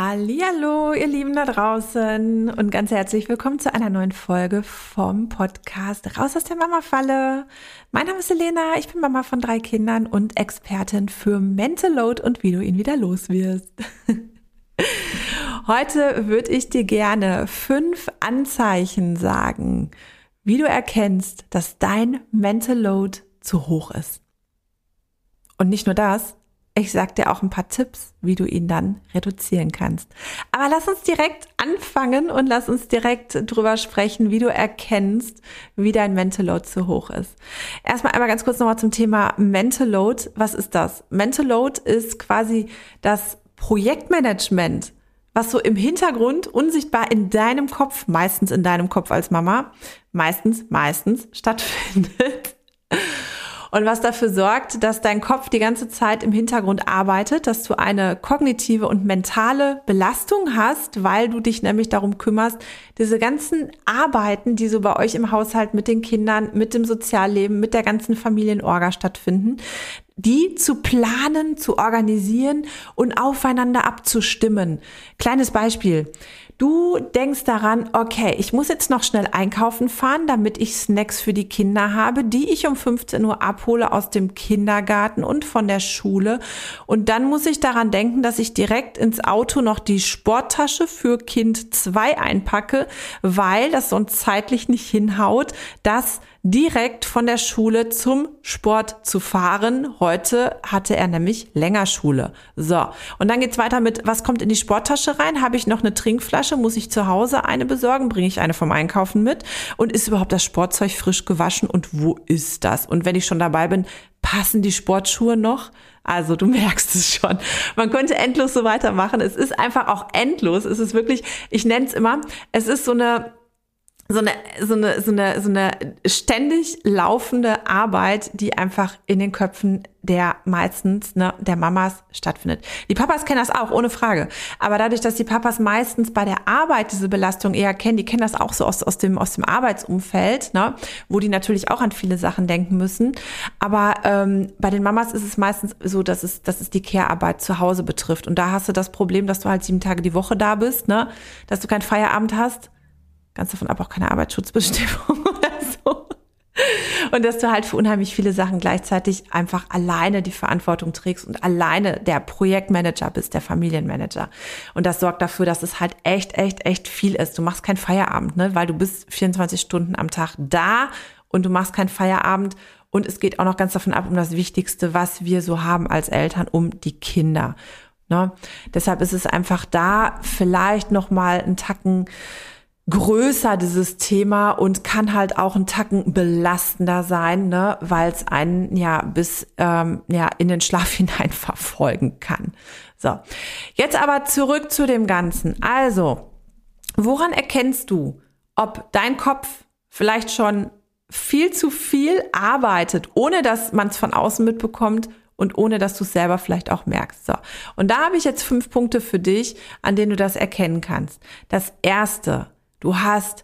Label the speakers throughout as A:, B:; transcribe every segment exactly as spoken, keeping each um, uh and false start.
A: Hallihallo, ihr Lieben da draußen und ganz herzlich willkommen zu einer neuen Folge vom Podcast Raus aus der Mama-Falle. Mein Name ist Elena, ich bin Mama von drei Kindern und Expertin für Mental Load und wie du ihn wieder los wirst. Heute würde ich dir gerne fünf Anzeichen sagen, wie du erkennst, dass dein Mental Load zu hoch ist. Und nicht nur das, ich sag dir auch ein paar Tipps, wie du ihn dann reduzieren kannst. Aber lass uns direkt anfangen und lass uns direkt drüber sprechen, wie du erkennst, wie dein Mental Load zu hoch ist. Erstmal einmal ganz kurz nochmal zum Thema Mental Load. Was ist das? Mental Load ist quasi das Projektmanagement, was so im Hintergrund unsichtbar in deinem Kopf, meistens in deinem Kopf als Mama, meistens, meistens stattfindet. Und was dafür sorgt, dass dein Kopf die ganze Zeit im Hintergrund arbeitet, dass du eine kognitive und mentale Belastung hast, weil du dich nämlich darum kümmerst, diese ganzen Arbeiten, die so bei euch im Haushalt mit den Kindern, mit dem Sozialleben, mit der ganzen Familienorga stattfinden, die zu planen, zu organisieren und aufeinander abzustimmen. Kleines Beispiel. Du denkst daran, okay, ich muss jetzt noch schnell einkaufen fahren, damit ich Snacks für die Kinder habe, die ich um fünfzehn Uhr abhole aus dem Kindergarten und von der Schule. Und dann muss ich daran denken, dass ich direkt ins Auto noch die Sporttasche für Kind zwei einpacke, weil das sonst zeitlich nicht hinhaut, dass direkt von der Schule zum Sport zu fahren. Heute hatte er nämlich länger Schule. So, und dann geht's weiter mit, was kommt in die Sporttasche rein? Habe ich noch eine Trinkflasche? Muss ich zu Hause eine besorgen? Bringe ich eine vom Einkaufen mit? Und ist überhaupt das Sportzeug frisch gewaschen? Und wo ist das? Und wenn ich schon dabei bin, passen die Sportschuhe noch? Also du merkst es schon. Man könnte endlos so weitermachen. Es ist einfach auch endlos. Es ist wirklich, ich nenne es immer, es ist so eine So eine, so eine, so eine, so eine ständig laufende Arbeit, die einfach in den Köpfen der meistens, ne, der Mamas stattfindet. Die Papas kennen das auch, ohne Frage. Aber dadurch, dass die Papas meistens bei der Arbeit diese Belastung eher kennen, die kennen das auch so aus, aus dem, aus dem Arbeitsumfeld, ne, wo die natürlich auch an viele Sachen denken müssen. Aber, ähm, bei den Mamas ist es meistens so, dass es, dass es die Care-Arbeit zu Hause betrifft. Und da hast du das Problem, dass du halt sieben Tage die Woche da bist, ne, dass du keinen Feierabend hast. Ganz davon ab auch keine Arbeitsschutzbestimmung oder so. Und dass du halt für unheimlich viele Sachen gleichzeitig einfach alleine die Verantwortung trägst und alleine der Projektmanager bist, der Familienmanager. Und das sorgt dafür, dass es halt echt, echt, echt viel ist. Du machst keinen Feierabend, ne, weil du bist vierundzwanzig Stunden am Tag da und du machst keinen Feierabend. Und es geht auch noch ganz davon ab, um das Wichtigste, was wir so haben als Eltern, um die Kinder. Ne? Deshalb ist es einfach da vielleicht noch mal einen Tacken größer, dieses Thema, und kann halt auch ein Tacken belastender sein, ne, weil es einen ja bis ähm, ja in den Schlaf hinein verfolgen kann. So, jetzt aber zurück zu dem Ganzen. Also, woran erkennst du, ob dein Kopf vielleicht schon viel zu viel arbeitet, ohne dass man es von außen mitbekommt und ohne dass du es selber vielleicht auch merkst? So, und da habe ich jetzt fünf Punkte für dich, an denen du das erkennen kannst. Das erste: Du hast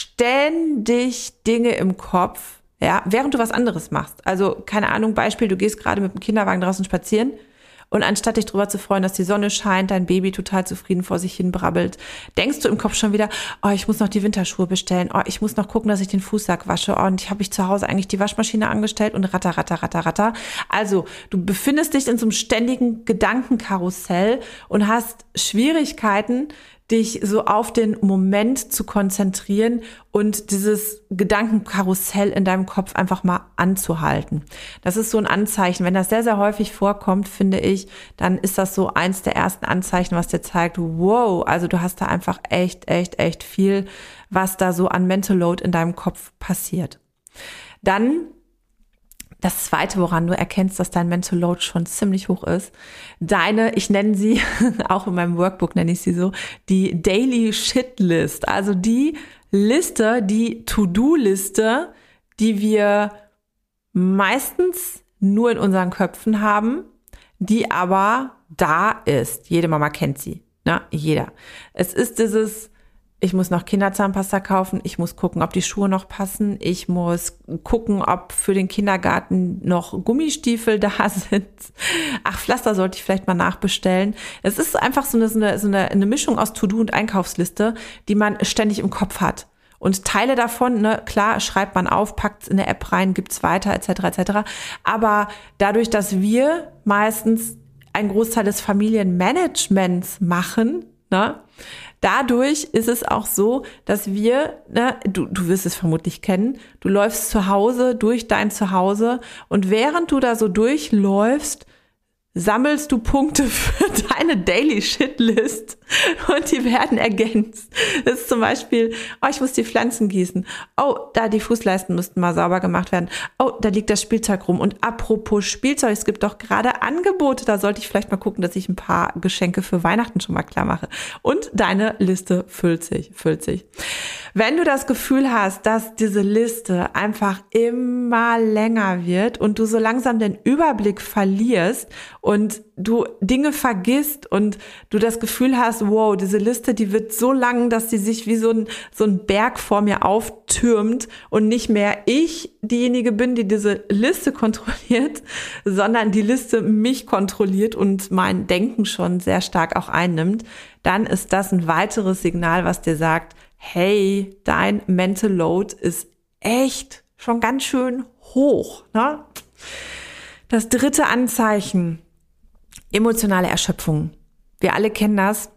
A: ständig Dinge im Kopf, ja, während du was anderes machst. Also, keine Ahnung, Beispiel, du gehst gerade mit dem Kinderwagen draußen spazieren und anstatt dich darüber zu freuen, dass die Sonne scheint, dein Baby total zufrieden vor sich hin brabbelt, denkst du im Kopf schon wieder, oh, ich muss noch die Winterschuhe bestellen, oh, ich muss noch gucken, dass ich den Fußsack wasche, oh, und ich habe ich zu Hause eigentlich die Waschmaschine angestellt und ratter, ratter, ratter, ratter. Also, du befindest dich in so einem ständigen Gedankenkarussell und hast Schwierigkeiten, dich so auf den Moment zu konzentrieren und dieses Gedankenkarussell in deinem Kopf einfach mal anzuhalten. Das ist so ein Anzeichen. Wenn das sehr, sehr häufig vorkommt, finde ich, dann ist das so eins der ersten Anzeichen, was dir zeigt, wow, also du hast da einfach echt, echt, echt viel, was da so an Mental Load in deinem Kopf passiert. Dann das Zweite, woran du erkennst, dass dein Mental Load schon ziemlich hoch ist, deine, ich nenne sie, auch in meinem Workbook nenne ich sie so, die Daily Shit List. Also die Liste, die To-Do-Liste, die wir meistens nur in unseren Köpfen haben, die aber da ist. Jede Mama kennt sie, ne? Jeder. Es ist dieses ich muss noch Kinderzahnpasta kaufen, ich muss gucken, ob die Schuhe noch passen, ich muss gucken, ob für den Kindergarten noch Gummistiefel da sind. Ach, Pflaster sollte ich vielleicht mal nachbestellen. Es ist einfach so eine, so eine, so eine, eine Mischung aus To-Do und Einkaufsliste, die man ständig im Kopf hat. Und Teile davon, ne, klar, schreibt man auf, packt es in eine App rein, gibt's weiter, et cetera et cetera. Aber dadurch, dass wir meistens einen Großteil des Familienmanagements machen, ne, dadurch ist es auch so, dass wir, ne, du, du wirst es vermutlich kennen, du läufst zu Hause durch dein Zuhause und während du da so durchläufst, sammelst du Punkte für deine Daily Shitlist und die werden ergänzt. Das ist zum Beispiel, oh, ich muss die Pflanzen gießen. Oh, da die Fußleisten müssten mal sauber gemacht werden. Oh, da liegt das Spielzeug rum. Und apropos Spielzeug, es gibt doch gerade Angebote. Da sollte ich vielleicht mal gucken, dass ich ein paar Geschenke für Weihnachten schon mal klar mache. Und deine Liste füllt sich, füllt sich. Wenn du das Gefühl hast, dass diese Liste einfach immer länger wird und du so langsam den Überblick verlierst und du Dinge vergisst und du das Gefühl hast, wow, diese Liste, die wird so lang, dass sie sich wie so ein, so ein Berg vor mir auftürmt und nicht mehr ich diejenige bin, die diese Liste kontrolliert, sondern die Liste mich kontrolliert und mein Denken schon sehr stark auch einnimmt, dann ist das ein weiteres Signal, was dir sagt, hey, dein Mental Load ist echt schon ganz schön hoch, ne? Das dritte Anzeichen, emotionale Erschöpfung. Wir alle kennen das.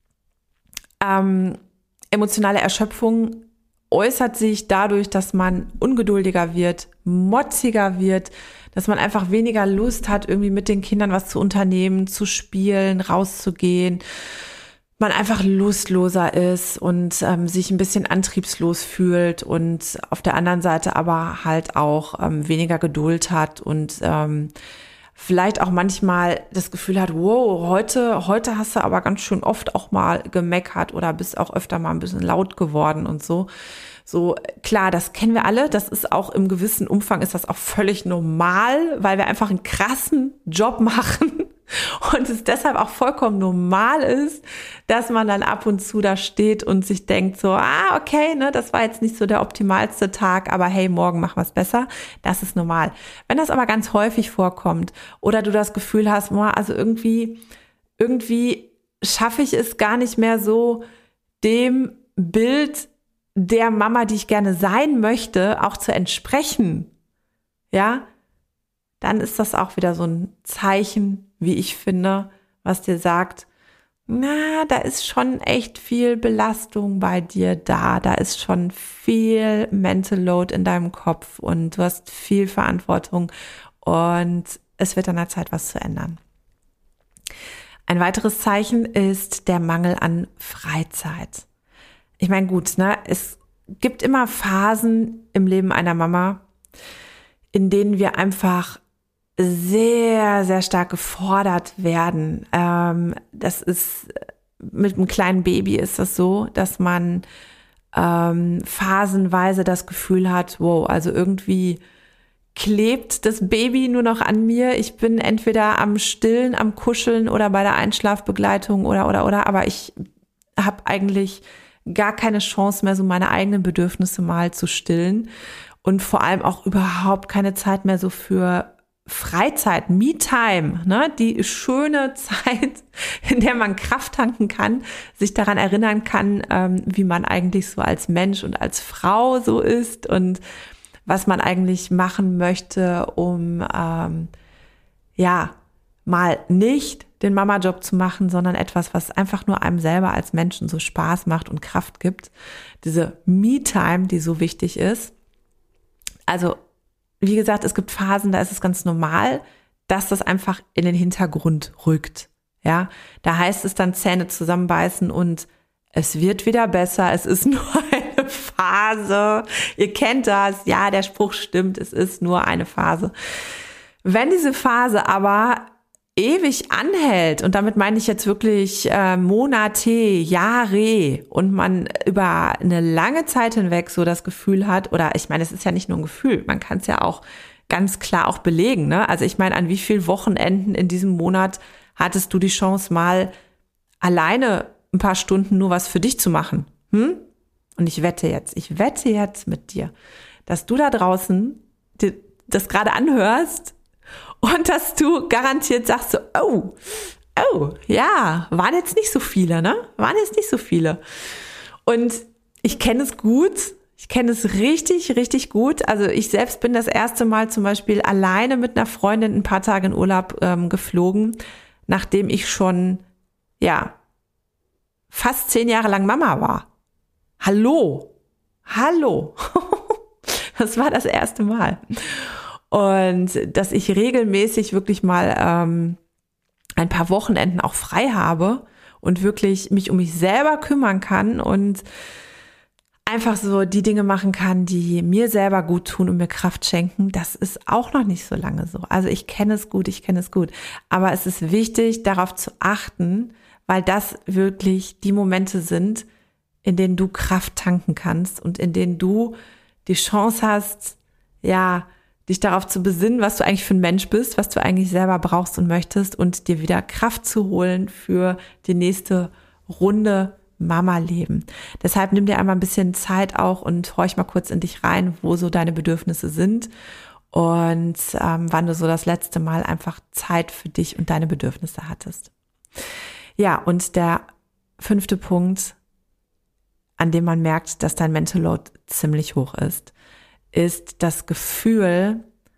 A: Ähm, emotionale Erschöpfung äußert sich dadurch, dass man ungeduldiger wird, motziger wird, dass man einfach weniger Lust hat, irgendwie mit den Kindern was zu unternehmen, zu spielen, rauszugehen. Man einfach lustloser ist und ähm, sich ein bisschen antriebslos fühlt und auf der anderen Seite aber halt auch ähm, weniger Geduld hat und ähm, vielleicht auch manchmal das Gefühl hat, wow, heute, heute hast du aber ganz schön oft auch mal gemeckert oder bist auch öfter mal ein bisschen laut geworden und so. So, klar, das kennen wir alle. Das ist auch im gewissen Umfang ist das auch völlig normal, weil wir einfach einen krassen Job machen und es deshalb auch vollkommen normal ist, dass man dann ab und zu da steht und sich denkt so, ah, okay, ne, das war jetzt nicht so der optimalste Tag, aber hey, morgen machen wir es besser. Das ist normal. Wenn das aber ganz häufig vorkommt oder du das Gefühl hast, also irgendwie, irgendwie schaffe ich es gar nicht mehr so, dem Bild der Mama, die ich gerne sein möchte, auch zu entsprechen, ja, dann ist das auch wieder so ein Zeichen, wie ich finde, was dir sagt, na, da ist schon echt viel Belastung bei dir da, da ist schon viel Mental Load in deinem Kopf und du hast viel Verantwortung und es wird an der Zeit, was zu ändern. Ein weiteres Zeichen ist der Mangel an Freizeit. Ich meine, gut, ne, es gibt immer Phasen im Leben einer Mama, in denen wir einfach sehr, sehr stark gefordert werden. Ähm, das ist, mit einem kleinen Baby ist das so, dass man ähm, phasenweise das Gefühl hat, wow, also irgendwie klebt das Baby nur noch an mir. Ich bin entweder am Stillen, am Kuscheln oder bei der Einschlafbegleitung oder, oder, oder, aber ich habe eigentlich gar keine Chance mehr, so meine eigenen Bedürfnisse mal zu stillen und vor allem auch überhaupt keine Zeit mehr so für Freizeit, Me-Time, ne, die schöne Zeit, in der man Kraft tanken kann, sich daran erinnern kann, ähm, wie man eigentlich so als Mensch und als Frau so ist und was man eigentlich machen möchte, um ähm, ja mal nicht den Mama-Job zu machen, sondern etwas, was einfach nur einem selber als Menschen so Spaß macht und Kraft gibt. Diese Me-Time, die so wichtig ist. Also wie gesagt, es gibt Phasen, da ist es ganz normal, dass das einfach in den Hintergrund rückt. Ja, da heißt es dann Zähne zusammenbeißen und es wird wieder besser. Es ist nur eine Phase. Ihr kennt das. Ja, der Spruch stimmt. Es ist nur eine Phase. Wenn diese Phase aber ewig anhält, und damit meine ich jetzt wirklich äh, Monate, Jahre, und man über eine lange Zeit hinweg so das Gefühl hat, oder ich meine, es ist ja nicht nur ein Gefühl, man kann es ja auch ganz klar auch belegen, ne? Also ich meine, an wie vielen Wochenenden in diesem Monat hattest du die Chance, mal alleine ein paar Stunden nur was für dich zu machen? Hm? Und ich wette jetzt, ich wette jetzt mit dir, dass du da draußen dir das gerade anhörst und dass du garantiert sagst so, oh, oh, ja, waren jetzt nicht so viele, ne? Waren jetzt nicht so viele. Und ich kenne es gut, ich kenne es richtig, richtig gut. Also ich selbst bin das erste Mal zum Beispiel alleine mit einer Freundin ein paar Tage in Urlaub ähm, geflogen, nachdem ich schon, ja, fast zehn Jahre lang Mama war. Hallo, hallo. Das war das erste Mal. Und dass ich regelmäßig wirklich mal ähm, ein paar Wochenenden auch frei habe und wirklich mich um mich selber kümmern kann und einfach so die Dinge machen kann, die mir selber gut tun und mir Kraft schenken, das ist auch noch nicht so lange so. Also ich kenne es gut, ich kenne es gut. Aber es ist wichtig, darauf zu achten, weil das wirklich die Momente sind, in denen du Kraft tanken kannst und in denen du die Chance hast, ja, dich darauf zu besinnen, was du eigentlich für ein Mensch bist, was du eigentlich selber brauchst und möchtest und dir wieder Kraft zu holen für die nächste Runde Mama-Leben. Deshalb nimm dir einmal ein bisschen Zeit auch und horch mal kurz in dich rein, wo so deine Bedürfnisse sind und ähm, wann du so das letzte Mal einfach Zeit für dich und deine Bedürfnisse hattest. Ja, und der fünfte Punkt, an dem man merkt, dass dein Mental Load ziemlich hoch ist, ist das Gefühl,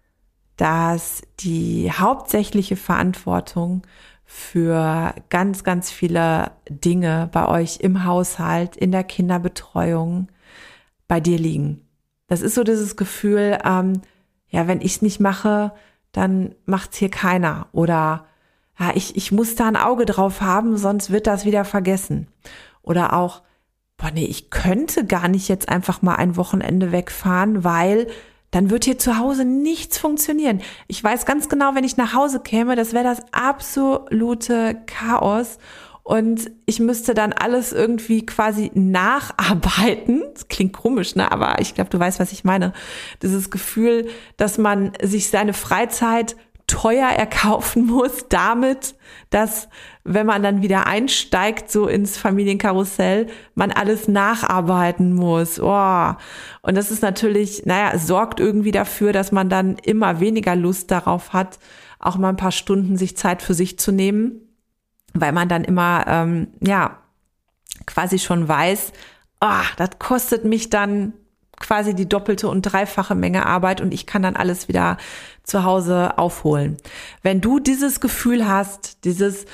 A: dass die hauptsächliche Verantwortung für ganz, ganz viele Dinge bei euch im Haushalt, in der Kinderbetreuung bei dir liegen. Das ist so dieses Gefühl, ähm, ja, wenn ich es nicht mache, dann macht's hier keiner. Oder ja, ich, ich muss da ein Auge drauf haben, sonst wird das wieder vergessen. Oder auch, boah, nee, ich könnte gar nicht jetzt einfach mal ein Wochenende wegfahren, weil dann wird hier zu Hause nichts funktionieren. Ich weiß ganz genau, wenn ich nach Hause käme, das wäre das absolute Chaos und ich müsste dann alles irgendwie quasi nacharbeiten. Das klingt komisch, ne? Aber ich glaube, du weißt, was ich meine. Dieses Gefühl, dass man sich seine Freizeit teuer erkaufen muss damit, dass, wenn man dann wieder einsteigt, so ins Familienkarussell, man alles nacharbeiten muss. Oh. Und das ist natürlich, naja, es sorgt irgendwie dafür, dass man dann immer weniger Lust darauf hat, auch mal ein paar Stunden sich Zeit für sich zu nehmen, weil man dann immer, ähm, ja, quasi schon weiß, oh, das kostet mich dann quasi die doppelte und dreifache Menge Arbeit und ich kann dann alles wieder zu Hause aufholen. Wenn du dieses Gefühl hast, dieses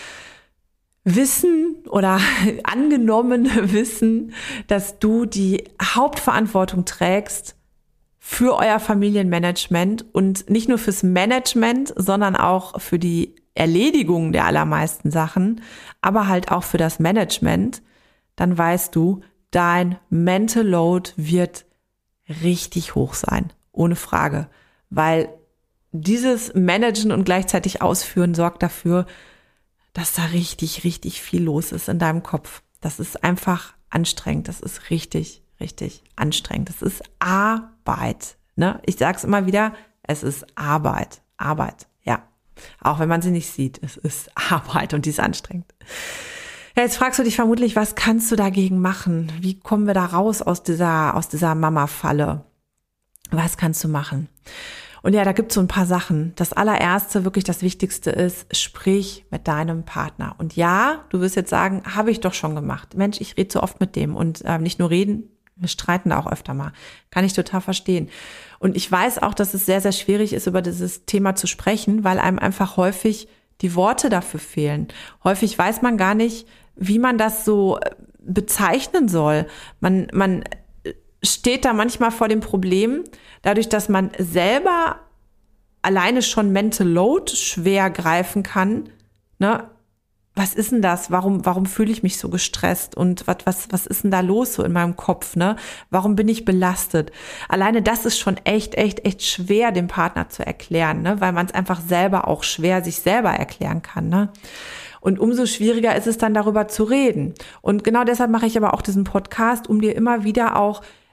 A: Wissen oder angenommene Wissen, dass du die Hauptverantwortung trägst für euer Familienmanagement und nicht nur fürs Management, sondern auch für die Erledigung der allermeisten Sachen, aber halt auch für das Management, dann weißt du, dein Mental Load wird richtig hoch sein, ohne Frage, weil dieses Managen und gleichzeitig Ausführen sorgt dafür, dass da richtig, richtig viel los ist in deinem Kopf. Das ist einfach anstrengend, das ist richtig, richtig anstrengend. Das ist Arbeit, ne? Ich sag's immer wieder, es ist Arbeit, Arbeit, ja. Auch wenn man sie nicht sieht, es ist Arbeit und die ist anstrengend. Ja, jetzt fragst du dich vermutlich, was kannst du dagegen machen? Wie kommen wir da raus aus dieser, aus dieser Mama-Falle? Was kannst du machen? Und ja, da gibt's so ein paar Sachen. Das allererste, wirklich das Wichtigste ist, sprich mit deinem Partner. Und ja, du wirst jetzt sagen, habe ich doch schon gemacht. Mensch, ich rede so oft mit dem. Und äh, nicht nur reden, wir streiten da auch öfter mal. Kann ich total verstehen. Und ich weiß auch, dass es sehr, sehr schwierig ist, über dieses Thema zu sprechen, weil einem einfach häufig die Worte dafür fehlen. Häufig weiß man gar nicht, wie man das so bezeichnen soll. Man, man steht da manchmal vor dem Problem, dadurch, dass man selber alleine schon Mental Load schwer greifen kann, ne? Was ist denn das? Warum, warum fühle ich mich so gestresst? Und was, was, was ist denn da los so in meinem Kopf, ne? Warum bin ich belastet? Alleine das ist schon echt, echt, echt schwer, dem Partner zu erklären, ne? Weil man es einfach selber auch schwer sich selber erklären kann, ne? Und umso schwieriger ist es dann, darüber zu reden. Und genau deshalb mache ich aber auch diesen Podcast, um dir immer wieder auch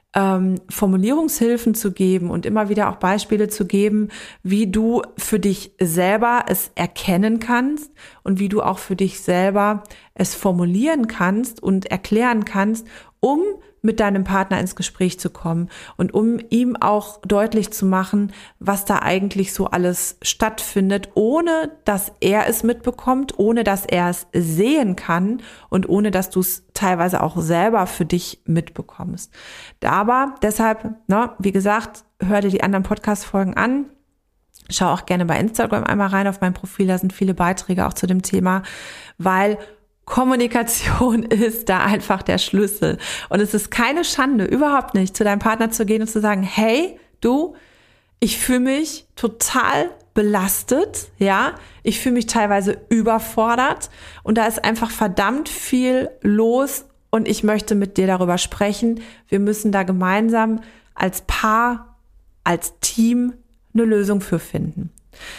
A: ähm, Formulierungshilfen zu geben und immer wieder auch Beispiele zu geben, wie du für dich selber es erkennen kannst und wie du auch für dich selber es formulieren kannst und erklären kannst, um mit deinem Partner ins Gespräch zu kommen und um ihm auch deutlich zu machen, was da eigentlich so alles stattfindet, ohne dass er es mitbekommt, ohne dass er es sehen kann und ohne dass du es teilweise auch selber für dich mitbekommst. Aber deshalb, ne, wie gesagt, hör dir die anderen Podcast-Folgen an. Schau auch gerne bei Instagram einmal rein auf mein Profil, da sind viele Beiträge auch zu dem Thema, weil Kommunikation ist da einfach der Schlüssel. Und es ist keine Schande, überhaupt nicht, zu deinem Partner zu gehen und zu sagen, hey, du, ich fühle mich total belastet, ja, ich fühle mich teilweise überfordert und da ist einfach verdammt viel los und ich möchte mit dir darüber sprechen. Wir müssen da gemeinsam als Paar, als Team eine Lösung für finden.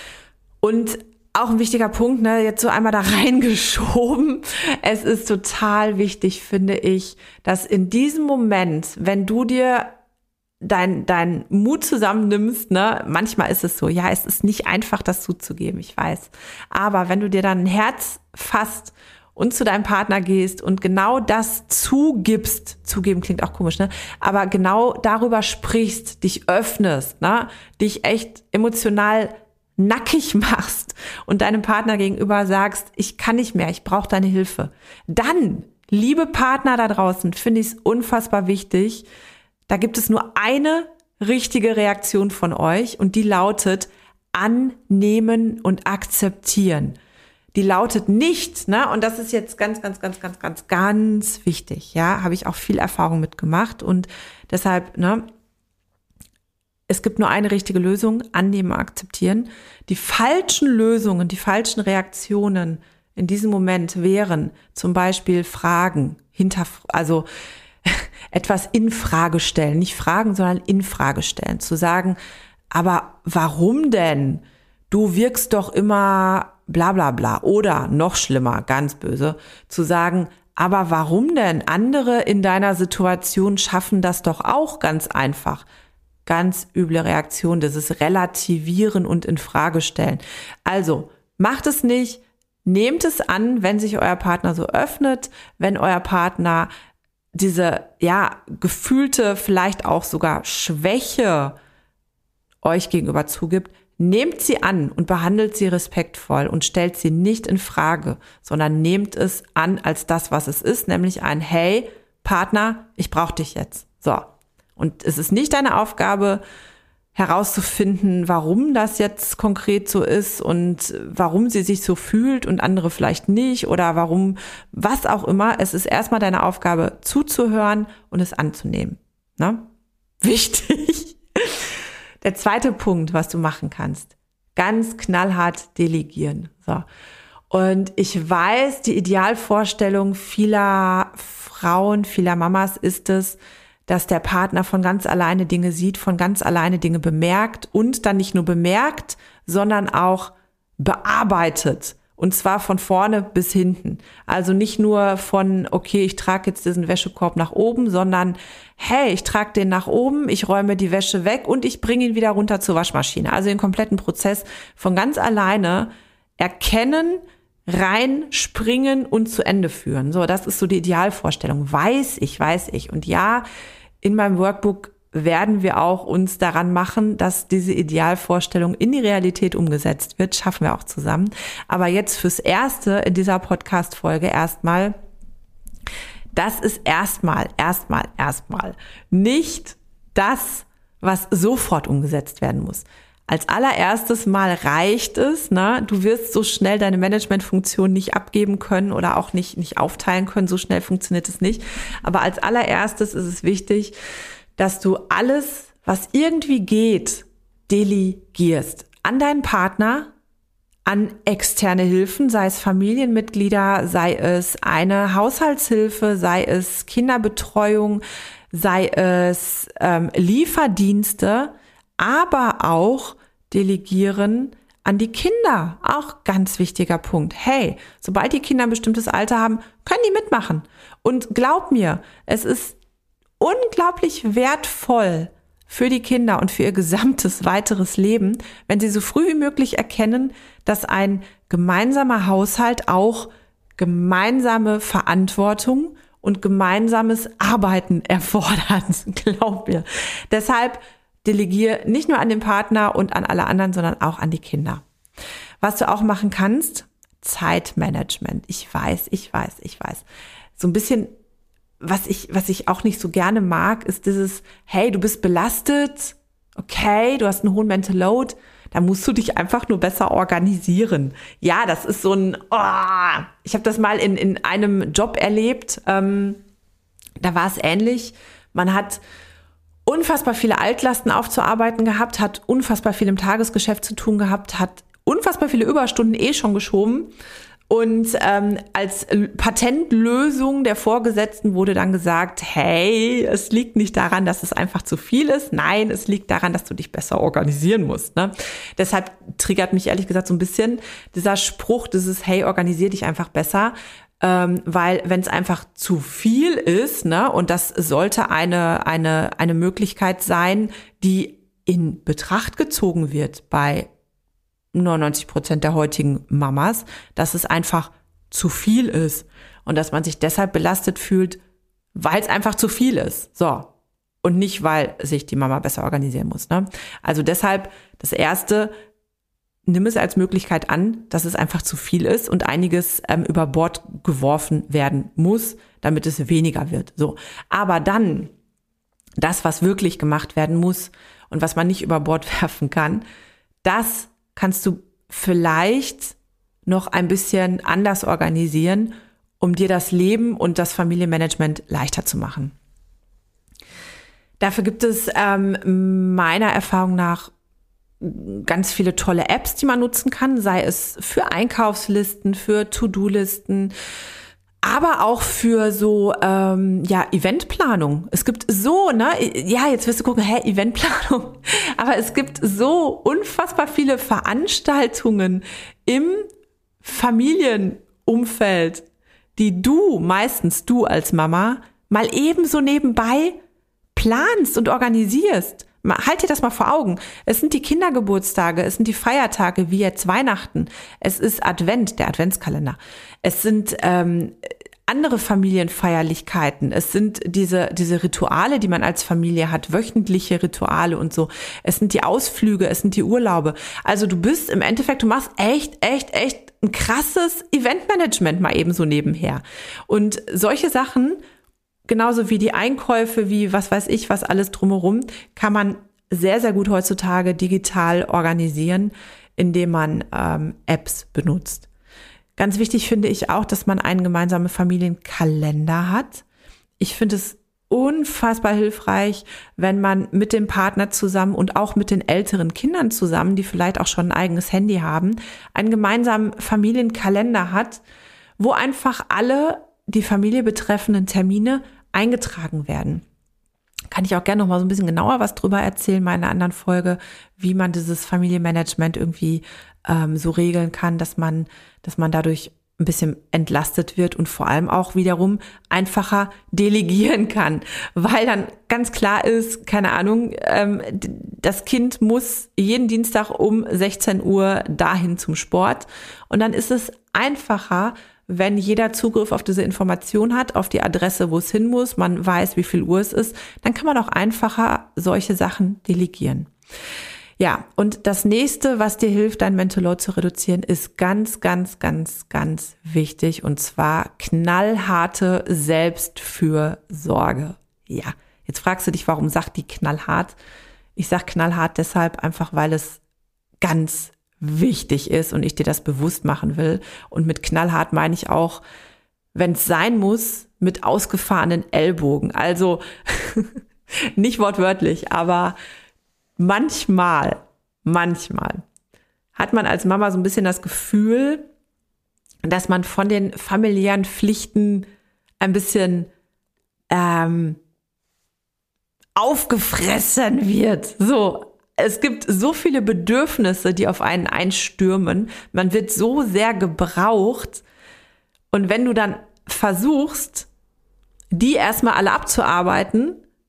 A: Und auch ein wichtiger Punkt, ne, jetzt so einmal da reingeschoben. Es ist total wichtig, finde ich, dass in diesem Moment, wenn du dir dein, dein Mut zusammennimmst, ne, manchmal ist es so, ja, es ist nicht einfach, das zuzugeben, ich weiß. Aber wenn du dir dann ein Herz fasst und zu deinem Partner gehst und genau das zugibst, zugeben klingt auch komisch, ne, aber genau darüber sprichst, dich öffnest, ne, dich echt emotional nackig machst und deinem Partner gegenüber sagst, ich kann nicht mehr, ich brauche deine Hilfe. Dann, liebe Partner da draußen, finde ich es unfassbar wichtig, da gibt es nur eine richtige Reaktion von euch und die lautet annehmen und akzeptieren. Die lautet nicht, ne, und das ist jetzt ganz, ganz, ganz, ganz, ganz, ganz wichtig, ja, habe ich auch viel Erfahrung mitgemacht und deshalb, ne, es gibt nur eine richtige Lösung, annehmen, akzeptieren. Die falschen Lösungen, die falschen Reaktionen in diesem Moment wären zum Beispiel Fragen, hinter, also etwas in Frage stellen, nicht Fragen, sondern in Frage stellen. Zu sagen, aber warum denn? Du wirkst doch immer bla bla bla. Oder noch schlimmer, ganz böse, zu sagen, aber warum denn? Andere in deiner Situation schaffen das doch auch ganz einfach. Ganz üble Reaktion, das ist Relativieren und in Frage stellen. Also, macht es nicht, nehmt es an, wenn sich euer Partner so öffnet, wenn euer Partner diese, ja, gefühlte, vielleicht auch sogar Schwäche euch gegenüber zugibt, nehmt sie an und behandelt sie respektvoll und stellt sie nicht in Frage, sondern nehmt es an als das, was es ist, nämlich ein Hey, Partner, ich brauche dich jetzt. So. Und es ist nicht deine Aufgabe, herauszufinden, warum das jetzt konkret so ist und warum sie sich so fühlt und andere vielleicht nicht oder warum, was auch immer. Es ist erstmal deine Aufgabe, zuzuhören und es anzunehmen. Ne? Wichtig. Der zweite Punkt, was du machen kannst, ganz knallhart delegieren. So. Und ich weiß, die Idealvorstellung vieler Frauen, vieler Mamas ist es, dass der Partner von ganz alleine Dinge sieht, von ganz alleine Dinge bemerkt und dann nicht nur bemerkt, sondern auch bearbeitet. Und zwar von vorne bis hinten. Also nicht nur von, okay, ich trage jetzt diesen Wäschekorb nach oben, sondern hey, ich trage den nach oben, ich räume die Wäsche weg und ich bringe ihn wieder runter zur Waschmaschine. Also den kompletten Prozess von ganz alleine erkennen, reinspringen und zu Ende führen. So, das ist so die Idealvorstellung. Weiß ich, weiß ich. Und ja, in meinem Workbook werden wir auch uns daran machen, dass diese Idealvorstellung in die Realität umgesetzt wird. Schaffen wir auch zusammen. Aber jetzt fürs Erste in dieser Podcast-Folge erstmal, das ist erstmal, erstmal, erstmal nicht das, was sofort umgesetzt werden muss. Als allererstes Mal reicht es, ne? Du wirst so schnell deine Managementfunktion nicht abgeben können oder auch nicht, nicht aufteilen können. So schnell funktioniert es nicht. Aber als allererstes ist es wichtig, dass du alles, was irgendwie geht, delegierst. An deinen Partner, an externe Hilfen, sei es Familienmitglieder, sei es eine Haushaltshilfe, sei es Kinderbetreuung, sei es ähm, Lieferdienste, aber auch delegieren an die Kinder. Auch ganz wichtiger Punkt. Hey, sobald die Kinder ein bestimmtes Alter haben, können die mitmachen. Und glaub mir, es ist unglaublich wertvoll für die Kinder und für ihr gesamtes weiteres Leben, wenn sie so früh wie möglich erkennen, dass ein gemeinsamer Haushalt auch gemeinsame Verantwortung und gemeinsames Arbeiten erfordert. Glaub mir. Deshalb delegiere nicht nur an den Partner und an alle anderen, sondern auch an die Kinder. Was du auch machen kannst, Zeitmanagement. Ich weiß, ich weiß, ich weiß. So ein bisschen, was ich, was ich auch nicht so gerne mag, ist dieses, hey, du bist belastet, okay, du hast einen hohen Mental Load, da musst du dich einfach nur besser organisieren. Ja, das ist so ein, oh, ich habe das mal in, in einem Job erlebt, ähm, da war es ähnlich. Man hat unfassbar viele Altlasten aufzuarbeiten gehabt, hat unfassbar viel im Tagesgeschäft zu tun gehabt, hat unfassbar viele Überstunden eh schon geschoben. Und ähm, als Patentlösung der Vorgesetzten wurde dann gesagt, hey, es liegt nicht daran, dass es einfach zu viel ist. Nein, es liegt daran, dass du dich besser organisieren musst. Ne? Deshalb triggert mich ehrlich gesagt so ein bisschen dieser Spruch, dieses, hey, organisier dich einfach besser. Ähm, weil wenn es einfach zu viel ist, ne, und das sollte eine, eine, eine Möglichkeit sein, die in Betracht gezogen wird bei neunundneunzig Prozent der heutigen Mamas, dass es einfach zu viel ist und dass man sich deshalb belastet fühlt, weil es einfach zu viel ist. So. Und nicht, weil sich die Mama besser organisieren muss. Ne? Also deshalb das Erste, nimm es als Möglichkeit an, dass es einfach zu viel ist und einiges ähm, über Bord geworfen werden muss, damit es weniger wird. So. Aber dann das, was wirklich gemacht werden muss und was man nicht über Bord werfen kann, das kannst du vielleicht noch ein bisschen anders organisieren, um dir das Leben und das Familienmanagement leichter zu machen. Dafür gibt es ähm, meiner Erfahrung nach ganz viele tolle Apps, die man nutzen kann, sei es für Einkaufslisten, für To-Do-Listen, aber auch für so ähm, ja Eventplanung. Es gibt so, ne, ja, jetzt wirst du gucken, hä, Eventplanung, aber es gibt so unfassbar viele Veranstaltungen im Familienumfeld, die du, meistens du als Mama, mal ebenso nebenbei planst und organisierst. Halt dir das mal vor Augen. Es sind die Kindergeburtstage, es sind die Feiertage wie jetzt Weihnachten, es ist Advent, der Adventskalender. Es sind ähm, andere Familienfeierlichkeiten, es sind diese diese Rituale, die man als Familie hat, wöchentliche Rituale und so. Es sind die Ausflüge, es sind die Urlaube. Also du bist im Endeffekt, du machst echt, echt, echt ein krasses Eventmanagement mal eben so nebenher. Und solche Sachen, genauso wie die Einkäufe, wie was weiß ich, was alles drumherum, kann man sehr, sehr gut heutzutage digital organisieren, indem man ähm, Apps benutzt. Ganz wichtig finde ich auch, dass man einen gemeinsamen Familienkalender hat. Ich finde es unfassbar hilfreich, wenn man mit dem Partner zusammen und auch mit den älteren Kindern zusammen, die vielleicht auch schon ein eigenes Handy haben, einen gemeinsamen Familienkalender hat, wo einfach alle die Familie betreffenden Termine eingetragen werden. Kann ich auch gerne noch mal so ein bisschen genauer was drüber erzählen, mal in einer anderen Folge, wie man dieses Familienmanagement irgendwie ähm, so regeln kann, dass man, dass man dadurch ein bisschen entlastet wird und vor allem auch wiederum einfacher delegieren kann, weil dann ganz klar ist, keine Ahnung, ähm, das Kind muss jeden Dienstag um sechzehn Uhr dahin zum Sport und dann ist es einfacher, wenn jeder Zugriff auf diese Information hat, auf die Adresse, wo es hin muss, man weiß, wie viel Uhr es ist, dann kann man auch einfacher solche Sachen delegieren. Ja, und das nächste, was dir hilft, dein Mental Load zu reduzieren, ist ganz, ganz, ganz, ganz wichtig und zwar knallharte Selbstfürsorge. Ja, jetzt fragst du dich, warum sagt die knallhart? Ich sag knallhart deshalb einfach, weil es ganz wichtig ist und ich dir das bewusst machen will. Und mit knallhart meine ich auch, wenn es sein muss, mit ausgefahrenen Ellbogen. Also nicht wortwörtlich, aber manchmal, manchmal hat man als Mama so ein bisschen das Gefühl, dass man von den familiären Pflichten ein bisschen ähm, aufgefressen wird. So. Es gibt so viele Bedürfnisse, die auf einen einstürmen. Man wird so sehr gebraucht. Und wenn du dann versuchst, die erstmal alle abzuarbeiten,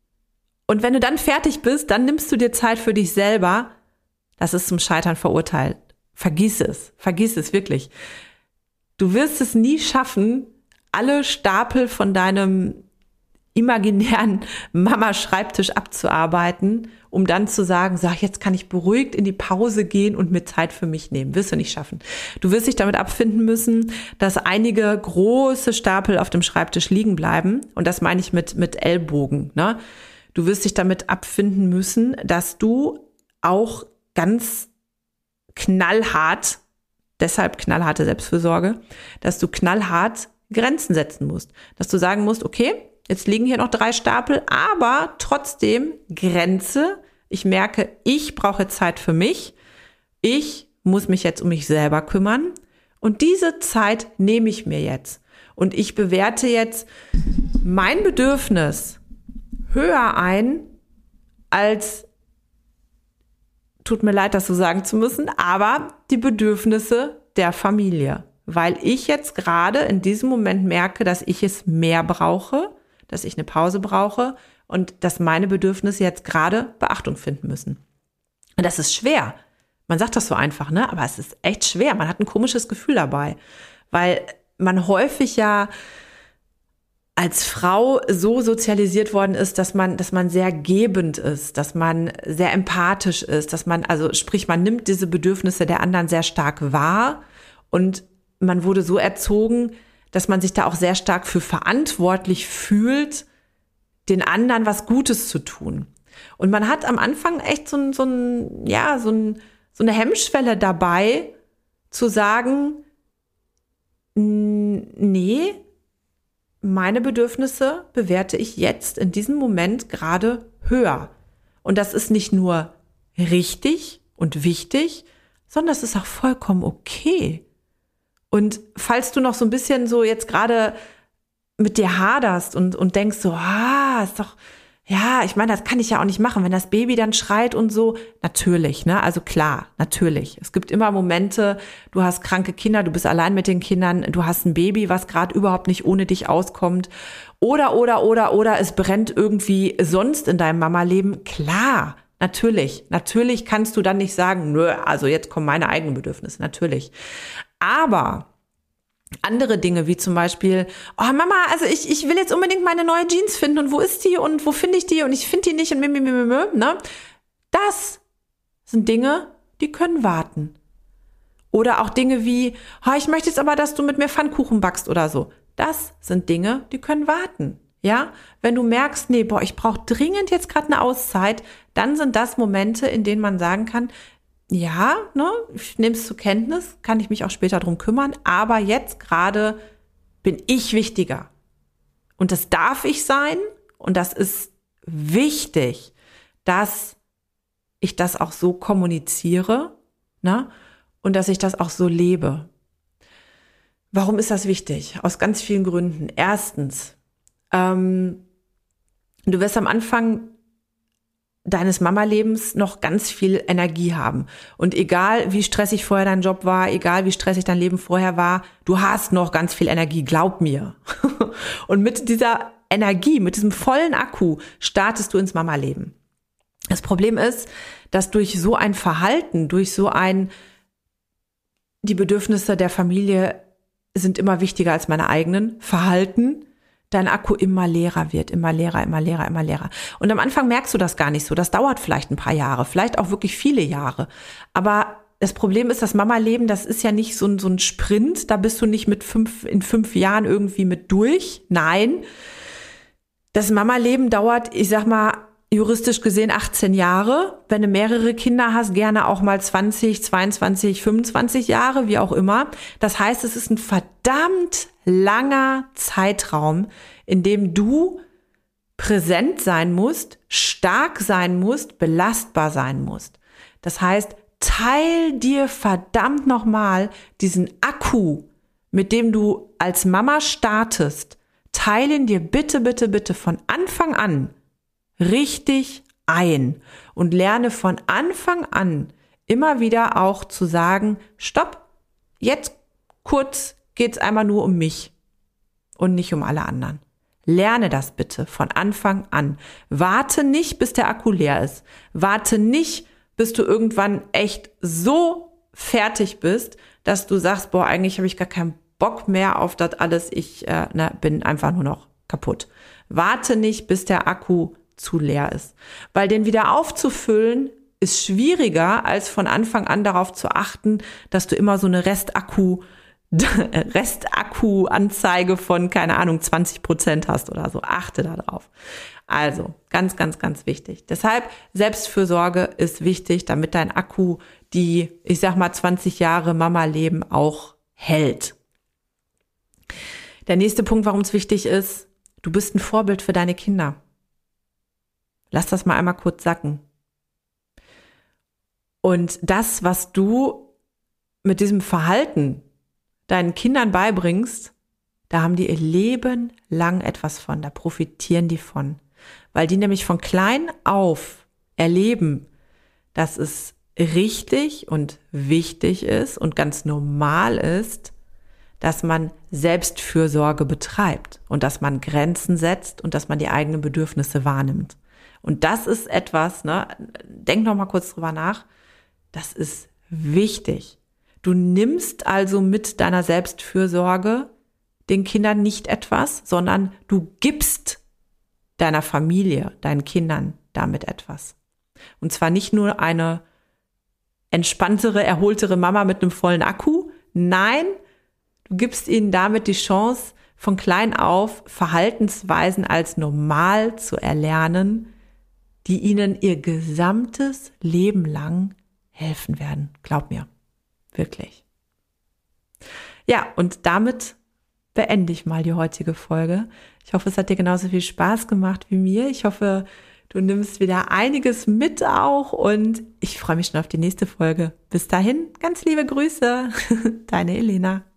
A: Und wenn du dann fertig bist, dann nimmst du dir Zeit für dich selber. Das ist zum Scheitern verurteilt. Vergiss es, vergiss es wirklich. Du wirst es nie schaffen, alle Stapel von deinem imaginären Mama-Schreibtisch abzuarbeiten, um dann zu sagen, so, jetzt kann ich beruhigt in die Pause gehen und mir Zeit für mich nehmen. Wirst du nicht schaffen. Du wirst dich damit abfinden müssen, dass einige große Stapel auf dem Schreibtisch liegen bleiben. Und das meine ich mit, mit Ellbogen, ne? Du wirst dich damit abfinden müssen, dass du auch ganz knallhart, deshalb knallharte Selbstfürsorge, dass du knallhart Grenzen setzen musst. Dass du sagen musst, okay, jetzt liegen hier noch drei Stapel, aber trotzdem Grenze. Ich merke, ich brauche Zeit für mich. Ich muss mich jetzt um mich selber kümmern. Und diese Zeit nehme ich mir jetzt. Und ich bewerte jetzt mein Bedürfnis höher ein als, tut mir leid, das so sagen zu müssen, aber die Bedürfnisse der Familie. Weil ich jetzt gerade in diesem Moment merke, dass ich es mehr brauche, dass ich eine Pause brauche und dass meine Bedürfnisse jetzt gerade Beachtung finden müssen. Und das ist schwer. Man sagt das so einfach, ne? Aber es ist echt schwer. Man hat ein komisches Gefühl dabei, weil man häufig ja als Frau so sozialisiert worden ist, dass man, dass man sehr gebend ist, dass man sehr empathisch ist, dass man, also sprich, man nimmt diese Bedürfnisse der anderen sehr stark wahr und man wurde so erzogen, dass man sich da auch sehr stark für verantwortlich fühlt, den anderen was Gutes zu tun. Und man hat am Anfang echt so ein, so ein, ja, so ein, so eine Hemmschwelle dabei, zu sagen, nee, meine Bedürfnisse bewerte ich jetzt in diesem Moment gerade höher. Und das ist nicht nur richtig und wichtig, sondern es ist auch vollkommen okay. Und falls du noch so ein bisschen so jetzt gerade mit dir haderst und, und denkst so, ah, ist doch, ja, ich meine, das kann ich ja auch nicht machen, wenn das Baby dann schreit und so. Natürlich, ne? Also klar, natürlich. Es gibt immer Momente, du hast kranke Kinder, du bist allein mit den Kindern, du hast ein Baby, was gerade überhaupt nicht ohne dich auskommt. Oder, oder, oder, oder es brennt irgendwie sonst in deinem Mama-Leben. Klar, natürlich. Natürlich kannst du dann nicht sagen, nö, also jetzt kommen meine eigenen Bedürfnisse. Natürlich. Aber andere Dinge, wie zum Beispiel, oh Mama, also ich, ich will jetzt unbedingt meine neue Jeans finden und wo ist die und wo finde ich die und ich finde die nicht und mimimimimim, ne? Das sind Dinge, die können warten. Oder auch Dinge wie, oh, ich möchte jetzt aber, dass du mit mir Pfannkuchen backst oder so. Das sind Dinge, die können warten. Ja, wenn du merkst, nee, boah, ich brauche dringend jetzt gerade eine Auszeit, dann sind das Momente, in denen man sagen kann, ja, ne, ich nehme es zur Kenntnis, kann ich mich auch später drum kümmern, aber jetzt gerade bin ich wichtiger. Und das darf ich sein und das ist wichtig, dass ich das auch so kommuniziere, ne, und dass ich das auch so lebe. Warum ist das wichtig? Aus ganz vielen Gründen. Erstens, ähm, du wirst am Anfang deines Mama-Lebens noch ganz viel Energie haben. Und egal, wie stressig vorher dein Job war, egal, wie stressig dein Leben vorher war, du hast noch ganz viel Energie, glaub mir. Und mit dieser Energie, mit diesem vollen Akku startest du ins Mama-Leben. Das Problem ist, dass durch so ein Verhalten, durch so ein, die Bedürfnisse der Familie sind immer wichtiger als meine eigenen, Verhalten, dein Akku immer leerer wird, immer leerer, immer leerer, immer leerer. Und am Anfang merkst du das gar nicht so. Das dauert vielleicht ein paar Jahre, vielleicht auch wirklich viele Jahre. Aber das Problem ist, das Mama-Leben, das ist ja nicht so ein, so ein Sprint. Da bist du nicht mit fünf, in fünf Jahren irgendwie mit durch. Nein. Das Mama-Leben dauert, ich sag mal, juristisch gesehen achtzehn Jahre. Wenn du mehrere Kinder hast, gerne auch mal zwanzig, zweiundzwanzig, fünfundzwanzig Jahre, wie auch immer. Das heißt, es ist ein verdammt langer Zeitraum, in dem du präsent sein musst, stark sein musst, belastbar sein musst. Das heißt, teil dir verdammt nochmal diesen Akku, mit dem du als Mama startest, teile ihn dir bitte, bitte, bitte von Anfang an richtig ein und lerne von Anfang an immer wieder auch zu sagen, stopp, jetzt kurz geht's einmal nur um mich und nicht um alle anderen. Lerne das bitte von Anfang an. Warte nicht, bis der Akku leer ist. Warte nicht, bis du irgendwann echt so fertig bist, dass du sagst, boah, eigentlich habe ich gar keinen Bock mehr auf das alles. Ich äh, ne, bin einfach nur noch kaputt. Warte nicht, bis der Akku zu leer ist. Weil den wieder aufzufüllen ist schwieriger, als von Anfang an darauf zu achten, dass du immer so eine Restakku Restakku-Anzeige von, keine Ahnung, zwanzig Prozent hast oder so. Achte da drauf. Also, ganz, ganz, ganz wichtig. Deshalb, Selbstfürsorge ist wichtig, damit dein Akku die, ich sag mal, zwanzig Jahre Mama-Leben auch hält. Der nächste Punkt, warum es wichtig ist, du bist ein Vorbild für deine Kinder. Lass das mal einmal kurz sacken. Und das, was du mit diesem Verhalten deinen Kindern beibringst, da haben die ihr Leben lang etwas von, da profitieren die von. Weil die nämlich von klein auf erleben, dass es richtig und wichtig ist und ganz normal ist, dass man Selbstfürsorge betreibt und dass man Grenzen setzt und dass man die eigenen Bedürfnisse wahrnimmt. Und das ist etwas, ne, denk noch mal kurz drüber nach, das ist wichtig. Du nimmst also mit deiner Selbstfürsorge den Kindern nicht etwas, sondern du gibst deiner Familie, deinen Kindern damit etwas. Und zwar nicht nur eine entspanntere, erholtere Mama mit einem vollen Akku. Nein, du gibst ihnen damit die Chance, von klein auf Verhaltensweisen als normal zu erlernen, die ihnen ihr gesamtes Leben lang helfen werden. Glaub mir. Wirklich. Ja, und damit beende ich mal die heutige Folge. Ich hoffe, es hat dir genauso viel Spaß gemacht wie mir. Ich hoffe, du nimmst wieder einiges mit auch und ich freue mich schon auf die nächste Folge. Bis dahin, ganz liebe Grüße, deine Elena.